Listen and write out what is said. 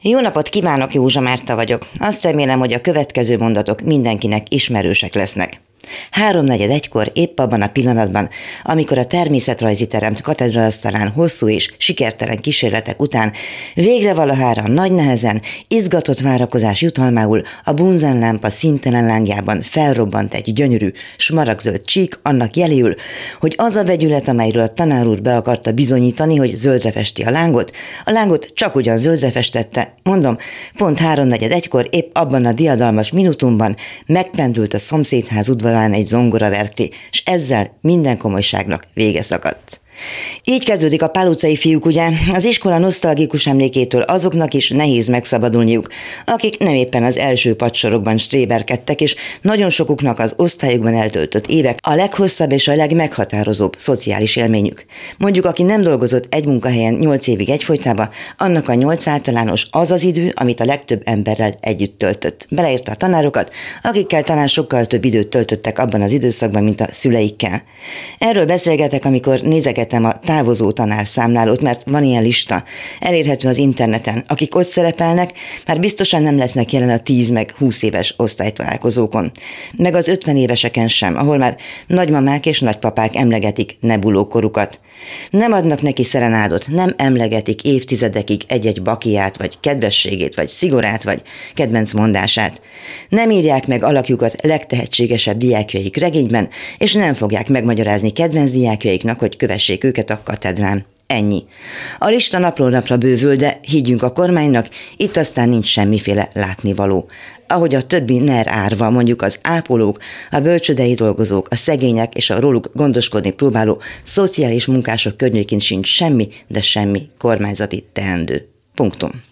Jó napot kívánok, Józsa Márta vagyok. Azt remélem, hogy a következő mondatok mindenkinek ismerősek lesznek. 3:41-kor épp abban a pillanatban, amikor a természetrajzi terem katedrálasztalán hosszú és sikertelen kísérletek után végre valahára nagy nehezen, izgatott várakozás jutalmául a bunzenlámpa színtelen lángjában felrobbant egy gyönyörű, smaragdzöld csík annak jeléül, hogy az a vegyület, amelyről a tanár úr be akarta bizonyítani, hogy zöldre festi a lángot csak ugyan zöldre festette, mondom, pont 3:41-kor épp abban a diadalmas minutumban megpendült a szomszédház udvarán egy zongoraverkli, és ezzel minden komolyságnak vége szakadt. Így kezdődik a Pál utcai fiúk, ugye? Az iskola nosztalgikus emlékétől azoknak is nehéz megszabadulniuk, akik nem éppen az első padsorokban stréberkedtek, és nagyon sokuknak az osztályokban eltöltött évek a leghosszabb és a legmeghatározóbb szociális élményük. Mondjuk, aki nem dolgozott egy munkahelyen 8 évig egyfolytában, annak a 8 általános az az idő, amit a legtöbb emberrel együtt töltött. Beleértve a tanárokat, akikkel talán sokkal több időt töltöttek abban az időszakban, mint a szüleikkel. Erről beszélgetek, amikor nézegetem a távozó tanárszámlálót, mert van ilyen lista, elérhető az interneten. Akik ott szerepelnek, már biztosan nem lesznek jelen a 10 meg 20 éves osztálytalálkozókon. Meg az 50 éveseken sem, ahol már nagymamák és nagypapák emlegetik nebulókorukat. Nem adnak neki szerenádot, nem emlegetik évtizedekig egy-egy bakiát, vagy kedvességét, vagy szigorát, vagy kedvenc mondását. Nem írják meg alakjukat legtehetségesebb diákjaik regényben, és nem fogják megmagyarázni kedvenc diákjaiknak, hogy kövessék őket a katedrán. Ennyi. A lista napról napra bővül, de higgyünk a kormánynak, itt aztán nincs semmiféle látnivaló. Ahogy a többi NER árva, mondjuk az ápolók, a bölcsődei dolgozók, a szegények és a róluk gondoskodni próbáló szociális munkások környékén sincs semmi, de semmi kormányzati teendő. Punktum.